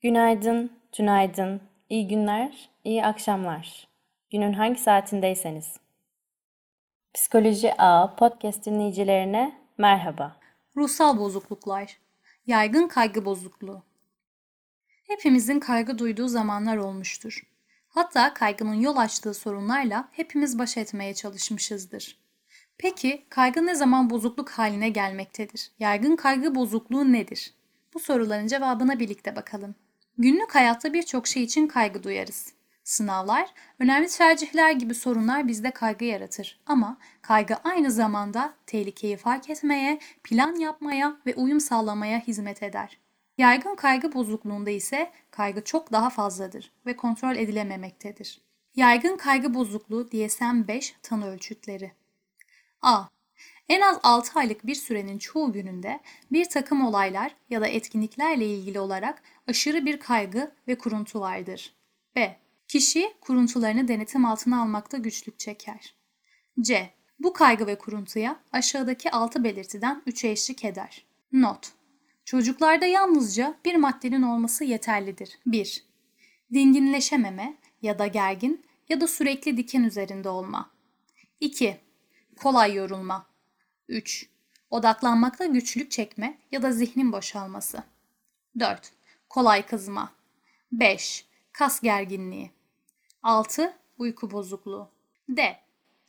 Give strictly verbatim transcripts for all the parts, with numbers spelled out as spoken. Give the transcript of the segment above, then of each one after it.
Günaydın, tünaydın, iyi günler, iyi akşamlar. Günün hangi saatindeyseniz. Psikoloji A podcast dinleyicilerine merhaba. Ruhsal bozukluklar, yaygın kaygı bozukluğu. Hepimizin kaygı duyduğu zamanlar olmuştur. Hatta kaygının yol açtığı sorunlarla hepimiz baş etmeye çalışmışızdır. Peki kaygı ne zaman bozukluk haline gelmektedir? Yaygın kaygı bozukluğu nedir? Bu soruların cevabına birlikte bakalım. Günlük hayatta birçok şey için kaygı duyarız. Sınavlar, önemli tercihler gibi sorunlar bizde kaygı yaratır. Ama kaygı aynı zamanda tehlikeyi fark etmeye, plan yapmaya ve uyum sağlamaya hizmet eder. Yaygın kaygı bozukluğunda ise kaygı çok daha fazladır ve kontrol edilememektedir. Yaygın kaygı bozukluğu D S M beş tanı ölçütleri. A. En az altı aylık bir sürenin çoğu gününde bir takım olaylar ya da etkinliklerle ilgili olarak aşırı bir kaygı ve kuruntu vardır. B. Kişi kuruntularını denetim altına almakta güçlük çeker. C. Bu kaygı ve kuruntuya aşağıdaki altı belirtiden üçe eşlik eder. Not: Çocuklarda yalnızca bir maddenin olması yeterlidir. bir. Dinginleşememe ya da gergin ya da sürekli diken üzerinde olma. iki. Kolay yorulma. üç. Odaklanmakta güçlük çekme ya da zihnin boşalması. dört. Kolay kızma. beş. Kas gerginliği. altı. Uyku bozukluğu. D.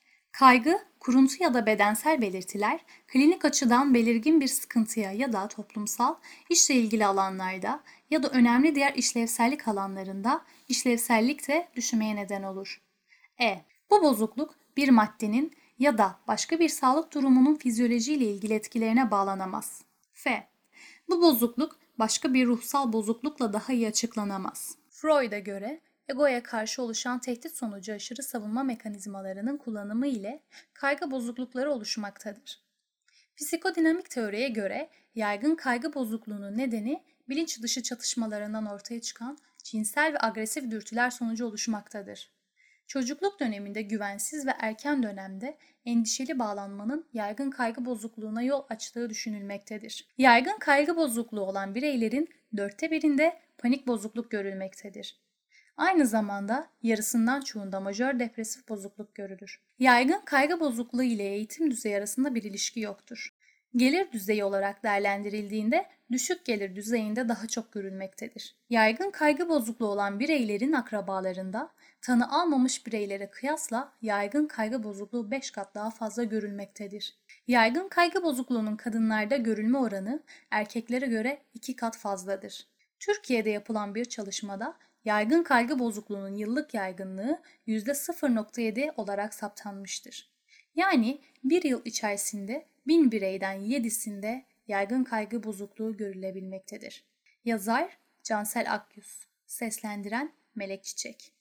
Kaygı, kuruntu ya da bedensel belirtiler, klinik açıdan belirgin bir sıkıntıya ya da toplumsal, işle ilgili alanlarda ya da önemli diğer işlevsellik alanlarında işlevsellikte düşmeye neden olur. E. Bu bozukluk bir maddenin ya da başka bir sağlık durumunun fizyolojiyle ilgili etkilerine bağlanamaz. F. Bu bozukluk başka bir ruhsal bozuklukla daha iyi açıklanamaz. Freud'a göre egoya karşı oluşan tehdit sonucu aşırı savunma mekanizmalarının kullanımı ile kaygı bozuklukları oluşmaktadır. Psikodinamik teoriye göre yaygın kaygı bozukluğunun nedeni bilinç dışı çatışmalarından ortaya çıkan cinsel ve agresif dürtüler sonucu oluşmaktadır. Çocukluk döneminde güvensiz ve erken dönemde endişeli bağlanmanın yaygın kaygı bozukluğuna yol açtığı düşünülmektedir. Yaygın kaygı bozukluğu olan bireylerin dörtte birinde panik bozukluk görülmektedir. Aynı zamanda yarısından çoğunda majör depresif bozukluk görülür. Yaygın kaygı bozukluğu ile eğitim düzeyi arasında bir ilişki yoktur. Gelir düzeyi olarak değerlendirildiğinde düşük gelir düzeyinde daha çok görülmektedir. Yaygın kaygı bozukluğu olan bireylerin akrabalarında tanı almamış bireylere kıyasla yaygın kaygı bozukluğu beş kat daha fazla görülmektedir. Yaygın kaygı bozukluğunun kadınlarda görülme oranı erkeklere göre iki kat fazladır. Türkiye'de yapılan bir çalışmada yaygın kaygı bozukluğunun yıllık yaygınlığı yüzde sıfır virgül yedi olarak saptanmıştır. Yani bir yıl içerisinde bin bireyden yedisinde yaygın kaygı bozukluğu görülebilmektedir. Yazar Cansel Akyüz, seslendiren Melek Çiçek.